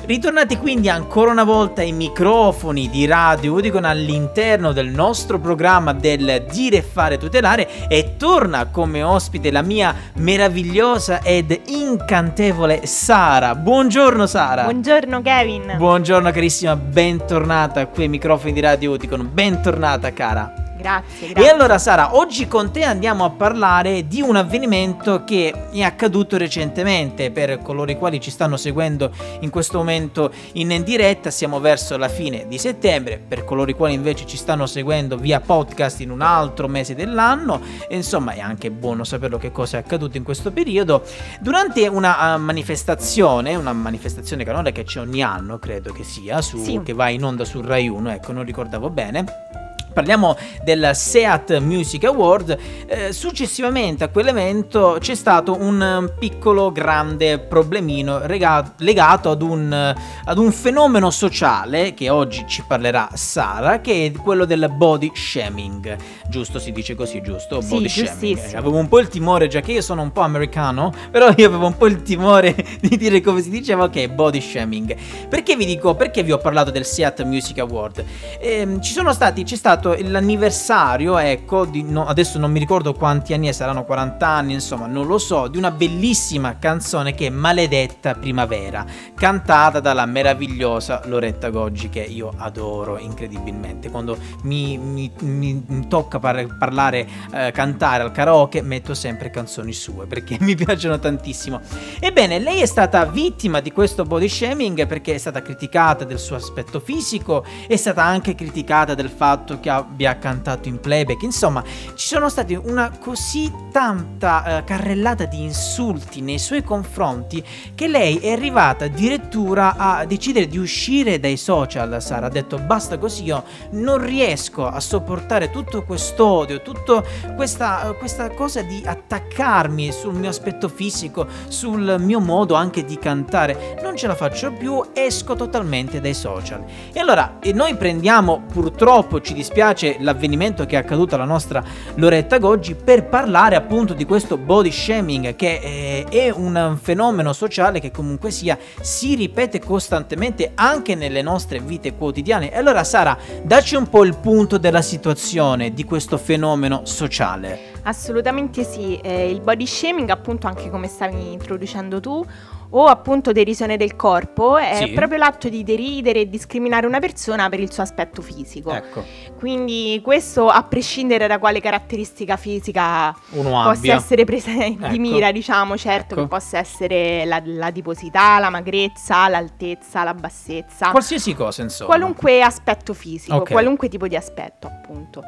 Ritornati quindi ancora una volta ai microfoni di Radio Udicon all'interno del nostro programma del Dire e Fare Tutelare, e torna come ospite la mia meravigliosa ed incantevole Sara. Buongiorno Sara. Buongiorno Kevin. Buongiorno carissima, bentornata qui ai microfoni di Radio Udicon, bentornata cara. Grazie. E allora Sara, oggi con te andiamo a parlare di un avvenimento che è accaduto recentemente. Per coloro i quali ci stanno seguendo in questo momento in diretta, siamo verso la fine di settembre. Per coloro i quali invece ci stanno seguendo via podcast in un altro mese dell'anno, e insomma è anche buono saperlo che cosa è accaduto in questo periodo. Durante una manifestazione canale che c'è ogni anno, credo che sia, sì, che va in onda su Rai 1, ecco, non ricordavo bene. Parliamo del SEAT Music Award. Successivamente a quell'evento c'è stato un piccolo grande problemino legato ad un fenomeno sociale che oggi ci parlerà Sara, che è quello del body shaming. Giusto, si dice così, giusto? Sì, body giustissimo. shaming. Avevo un po' il timore, già che io sono un po' americano, però io avevo un po' il timore di dire come si diceva, ok, body shaming. Perché vi ho parlato del SEAT Music Award? C'è stato l'anniversario, ecco, adesso non mi ricordo quanti anni saranno, 40 anni, insomma, non lo so, di una bellissima canzone che è Maledetta Primavera, cantata dalla meravigliosa Loretta Goggi, che io adoro incredibilmente. Quando mi tocca parlare, cantare al karaoke, metto sempre canzoni sue perché mi piacciono tantissimo. Ebbene, lei è stata vittima di questo body shaming perché è stata criticata del suo aspetto fisico, è stata anche criticata del fatto che abbia cantato in playback. Insomma, ci sono stati una così tanta carrellata di insulti nei suoi confronti che lei è arrivata addirittura a decidere di uscire dai social. Sara ha detto: basta così, io non riesco a sopportare tutto quest'odio, tutta questa cosa di attaccarmi sul mio aspetto fisico, sul mio modo anche di cantare, non ce la faccio più, esco totalmente dai social. E allora noi prendiamo, purtroppo ci dispiace, l'avvenimento che è accaduto alla nostra Loretta Goggi per parlare appunto di questo body shaming, che è un fenomeno sociale che comunque sia si ripete costantemente anche nelle nostre vite quotidiane. E allora Sara, dacci un po' il punto della situazione di questo fenomeno sociale. Assolutamente sì, il body shaming, appunto, anche come stavi introducendo tu, o appunto derisione del corpo, è Sì. proprio l'atto di deridere e discriminare una persona per il suo aspetto fisico. Ecco, Quindi questo a prescindere da quale caratteristica fisica uno possa abbia. essere presa di Ecco. mira, diciamo, certo, Ecco. che possa essere la adiposità, la magrezza, l'altezza, la bassezza, Qualsiasi cosa, insomma. qualunque aspetto fisico, Ok. qualunque tipo di aspetto, appunto.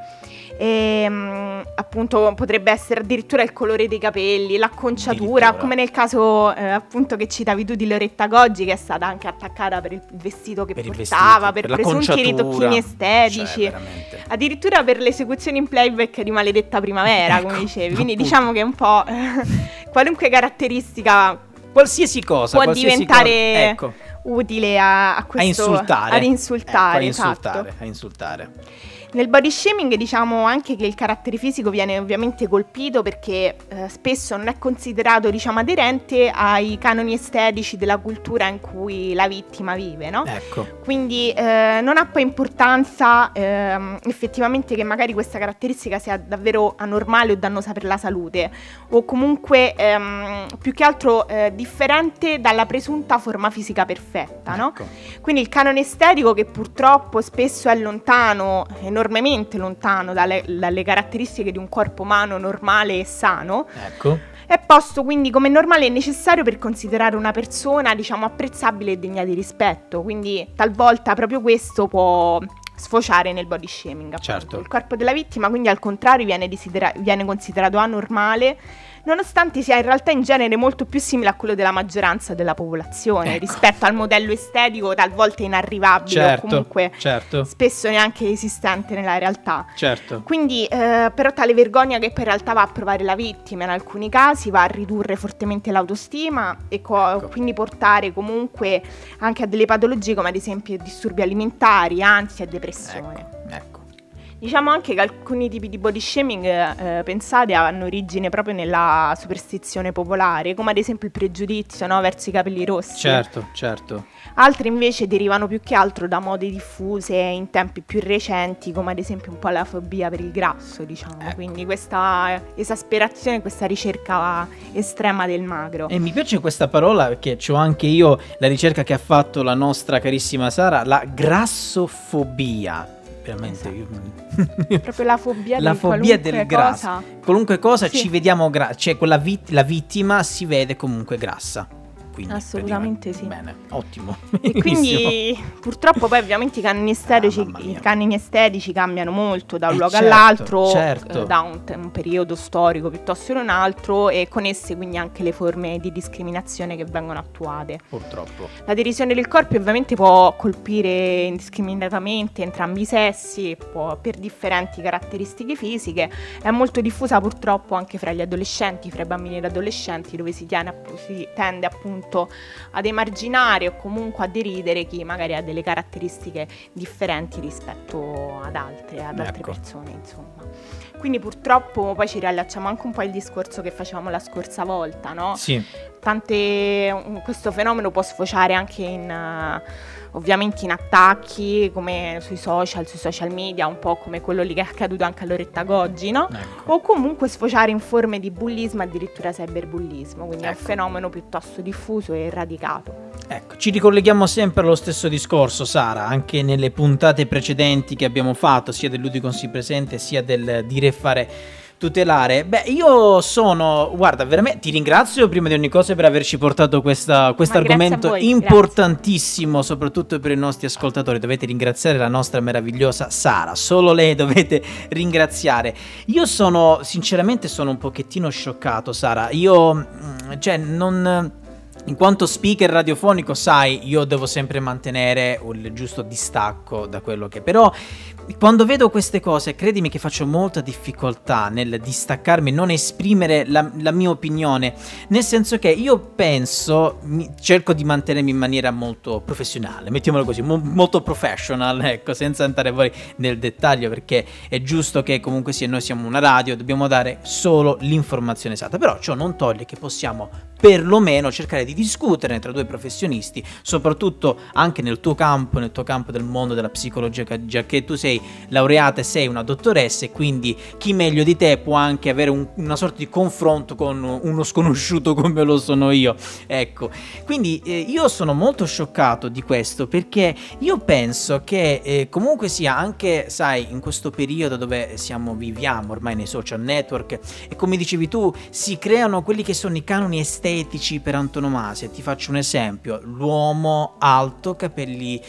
Appunto potrebbe essere addirittura il colore dei capelli, l'acconciatura, Addirittura. come nel caso appunto che citavi tu di Loretta Goggi, che è stata anche attaccata per il vestito che Per il portava, vestito, per la presunti conciatura. ritocchini estetici, Cioè, veramente. addirittura per l'esecuzione in playback di Maledetta Primavera, Ecco, come dicevi. Quindi appunto. diciamo che un po' qualunque caratteristica Qualsiasi cosa può qualsiasi diventare ecco, utile a questo, a insultare. ad insultare, Ecco, esatto. a insultare. Nel body shaming diciamo anche che il carattere fisico viene ovviamente colpito perché spesso non è considerato, diciamo, aderente ai canoni estetici della cultura in cui la vittima vive, no? Ecco. Quindi non ha poi importanza effettivamente che magari questa caratteristica sia davvero anormale o dannosa per la salute, o comunque più che altro differente dalla presunta forma fisica perfetta, no? Ecco. Quindi il canone estetico, che purtroppo spesso è lontano, enormemente lontano dalle caratteristiche di un corpo umano normale e sano, Ecco. è posto quindi come normale e necessario per considerare una persona, diciamo, apprezzabile e degna di rispetto. Quindi talvolta proprio questo può sfociare nel body shaming, appunto. Certo. Il corpo della vittima quindi al contrario viene considerato anormale, nonostante sia in realtà in genere molto più simile a quello della maggioranza della popolazione, Ecco. rispetto al modello estetico talvolta inarrivabile, Certo, o comunque certo, spesso neanche esistente nella realtà. certo. Quindi però tale vergogna, che poi in realtà va a provare la vittima in alcuni casi, va a ridurre fortemente l'autostima e Ecco. quindi portare comunque anche a delle patologie come ad esempio disturbi alimentari, ansia e depressione. Ecco. Diciamo anche che alcuni tipi di body shaming, pensate, hanno origine proprio nella superstizione popolare, come ad esempio il pregiudizio, no, verso i capelli rossi. Certo. Altri invece derivano più che altro da mode diffuse in tempi più recenti, come ad esempio un po' la fobia per il grasso, diciamo. Ecco. Quindi questa esasperazione, questa ricerca estrema del magro. E mi piace questa parola, perché c'ho anche io la ricerca che ha fatto la nostra carissima Sara, la grassofobia. Veramente proprio la fobia la fobia del grasso. Cosa. Qualunque cosa Sì. ci vediamo cioè la vittima si vede comunque grassa. Quindi, assolutamente sì. Bene, ottimo. E quindi purtroppo poi ovviamente i canoni estetici cambiano molto da un luogo all'altro, da un periodo storico piuttosto che un altro, e con esse quindi anche le forme di discriminazione che vengono attuate. Purtroppo. La derisione del corpo ovviamente può colpire indiscriminatamente entrambi i sessi, per differenti caratteristiche fisiche. È molto diffusa purtroppo anche fra gli adolescenti, fra i bambini ed adolescenti, dove si tende appunto ad emarginare o comunque a deridere chi magari ha delle caratteristiche differenti rispetto ad altre persone, insomma. Quindi purtroppo poi ci riallacciamo anche un po' al discorso che facevamo la scorsa volta, no? Sì. Questo fenomeno può sfociare anche ovviamente in attacchi, come sui social media, un po' come quello lì che è accaduto anche a Loretta Goggi, no? Ecco. O comunque sfociare in forme di bullismo, addirittura cyberbullismo, quindi è un fenomeno piuttosto diffuso e radicato. Ecco, ci ricolleghiamo sempre allo stesso discorso, Sara, anche nelle puntate precedenti che abbiamo fatto, sia del Ludicon Si Presente, sia del Dire e Fare Tutelare. Beh, io guarda, veramente ti ringrazio prima di ogni cosa per averci portato questo argomento importantissimo, grazie. Soprattutto per i nostri ascoltatori. Dovete ringraziare la nostra meravigliosa Sara, solo lei dovete ringraziare. Io sinceramente sono un pochettino scioccato, Sara. In quanto speaker radiofonico, sai, io devo sempre mantenere il giusto distacco da quello che... Però quando vedo queste cose, credimi che faccio molta difficoltà nel distaccarmi, non esprimere la mia opinione, nel senso che io cerco di mantenermi in maniera molto professionale, mettiamolo così, molto professional, ecco, senza andare poi nel dettaglio, perché è giusto che comunque sia, noi siamo una radio, dobbiamo dare solo l'informazione esatta, però ciò non toglie che possiamo perlomeno cercare di discuterne tra due professionisti, soprattutto anche nel tuo campo del mondo della psicologia, già che tu sei laureata e sei una dottoressa, e quindi chi meglio di te può anche avere una sorta di confronto con uno sconosciuto come lo sono io, ecco. Quindi io sono molto scioccato di questo, perché io penso che comunque sia anche, sai, in questo periodo dove viviamo ormai nei social network, e come dicevi tu, si creano quelli che sono i canoni estetici per antonomasia. Ti faccio un esempio: l'uomo alto, capelli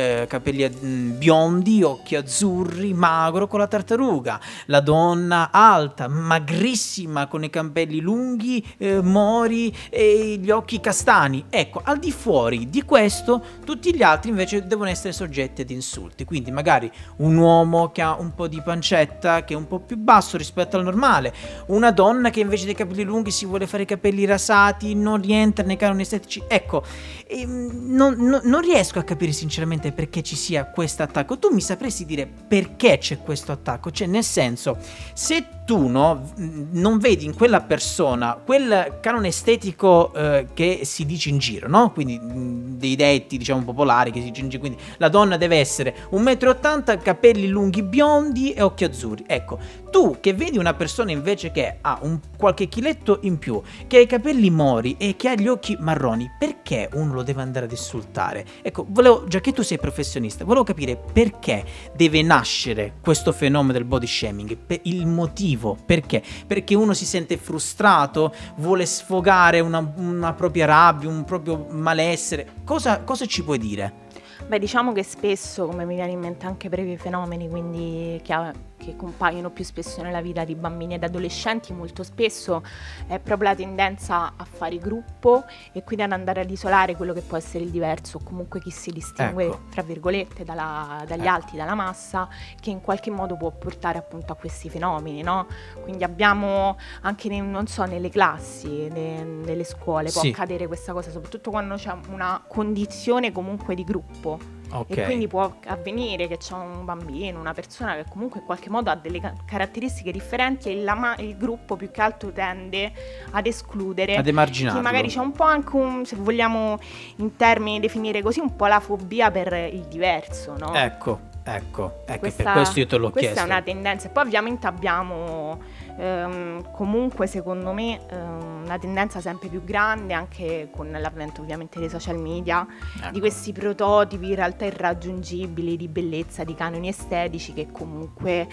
biondi, occhi azzurri, magro con la tartaruga; la donna alta, magrissima con i capelli lunghi, mori e gli occhi castani. Ecco, al di fuori di questo tutti gli altri invece devono essere soggetti ad insulti. Quindi magari un uomo che ha un po' di pancetta, che è un po' più basso rispetto al normale, una donna che invece dei capelli lunghi si vuole fare i capelli rasati, non rientra nei canoni estetici. Ecco, non riesco a capire sinceramente perché ci sia questo attacco. Tu mi sapresti dire perché c'è questo attacco? Cioè, nel senso, se tu non vedi in quella persona quel canone estetico che si dice in giro, no? Quindi dei detti, diciamo, popolari che si dice in giro, quindi la donna deve essere 1,80 m, capelli lunghi biondi e occhi azzurri. Ecco, tu che vedi una persona invece che ha qualche chiletto in più, che ha i capelli mori e che ha gli occhi marroni, perché uno lo deve andare ad insultare? Ecco, già che tu sei professionista, volevo capire perché deve nascere questo fenomeno del body shaming, il motivo, perché? Perché uno si sente frustrato, vuole sfogare una propria rabbia, un proprio malessere. Cosa ci puoi dire? Beh, diciamo che spesso, come mi viene in mente anche brevi fenomeni, quindi che compaiono più spesso nella vita di bambini ed adolescenti, molto spesso è proprio la tendenza a fare gruppo e quindi ad andare ad isolare quello che può essere il diverso, o comunque chi si distingue, ecco, tra virgolette, dagli altri, dalla massa, che in qualche modo può portare appunto a questi fenomeni, no? Quindi abbiamo anche, nelle classi, nelle scuole, può accadere questa cosa, soprattutto quando c'è una condizione comunque di gruppo. Ok. E quindi può avvenire che c'è un bambino, una persona che comunque in qualche modo ha delle caratteristiche differenti, e il gruppo più che altro tende ad escludere, Ad emarginarlo. che magari c'è un po' anche se vogliamo in termini definire così, un po' la fobia per il diverso, no? Ecco, per questo io te l'ho chiesto. Questa è una tendenza. E poi ovviamente abbiamo comunque, secondo me, una tendenza sempre più grande, anche con l'avvento ovviamente dei social media, di questi prototipi in realtà irraggiungibili di bellezza, di canoni estetici, che comunque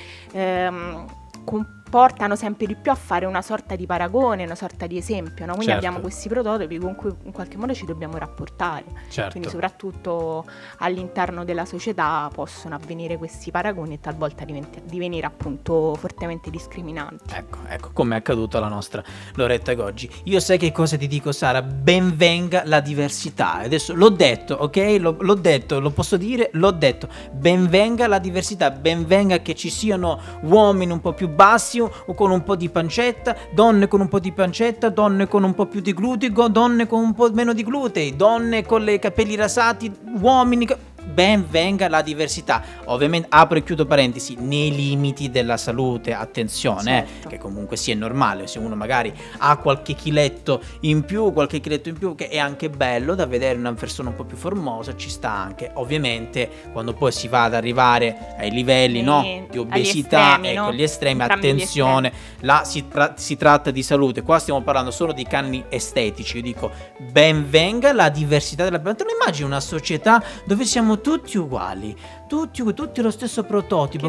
portano sempre di più a fare una sorta di paragone, una sorta di esempio, no? Quindi abbiamo questi prototipi con cui in qualche modo ci dobbiamo rapportare. Quindi soprattutto all'interno della società possono avvenire questi paragoni e talvolta divenire appunto fortemente discriminanti. Ecco, come è accaduto alla nostra Loretta Goggi. Io sai che cosa ti dico, Sara? Ben venga la diversità. Adesso l'ho detto, ok? L'ho detto, lo posso dire? L'ho detto. Ben venga la diversità, ben venga che ci siano uomini un po' più bassi o con un po' di pancetta, donne con un po' di pancetta, donne con un po' più di glutei, donne con un po' meno di glutei, donne con i capelli rasati, uomini. Ben venga la diversità, ovviamente apro e chiudo parentesi, nei limiti della salute, attenzione, certo. Che comunque sia normale, se uno magari ha qualche chiletto in più, che è anche bello da vedere, una persona un po' più formosa, ci sta anche. Ovviamente quando poi si va ad arrivare ai livelli di obesità, estremi, gli estremi, entrambi attenzione, là si tratta di salute, qua stiamo parlando solo di canoni estetici. Io dico ben venga la diversità della persona. Non immagini una società dove siamo tutti uguali, tutti lo stesso prototipo.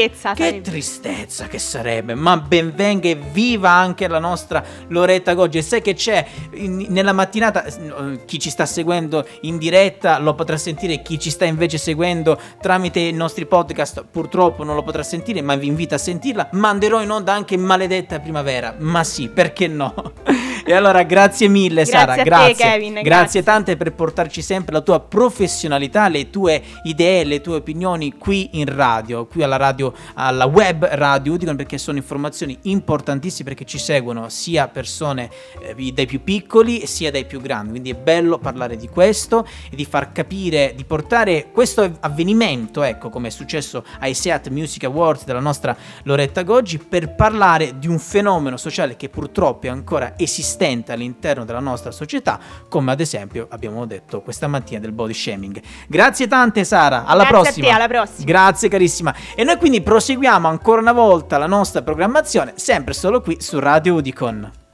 Che tristezza che sarebbe. Ma ben venga e viva anche la nostra Loretta Goggi. E sai che c'è nella mattinata, chi ci sta seguendo in diretta lo potrà sentire, chi ci sta invece seguendo tramite i nostri podcast purtroppo non lo potrà sentire, ma vi invito a sentirla. Manderò in onda anche Maledetta Primavera, ma sì, perché no? E allora grazie mille, Sara, grazie a te, Kevin, grazie tante per portarci sempre la tua professionalità, le tue idee, le tue opinioni qui in radio, qui alla radio, alla web radio Udicon, perché sono informazioni importantissime, perché ci seguono sia persone dai più piccoli sia dai più grandi, quindi è bello parlare di questo e di far capire, di portare questo avvenimento, ecco, come è successo ai Seat Music Awards della nostra Loretta Goggi, per parlare di un fenomeno sociale che purtroppo è ancora esistente all'interno della nostra società, come ad esempio abbiamo detto questa mattina del body shaming. Grazie tante, Sara, alla prossima. Grazie a te, alla prossima. Grazie carissima. E noi quindi proseguiamo ancora una volta la nostra programmazione, sempre solo qui su Radio Udicon.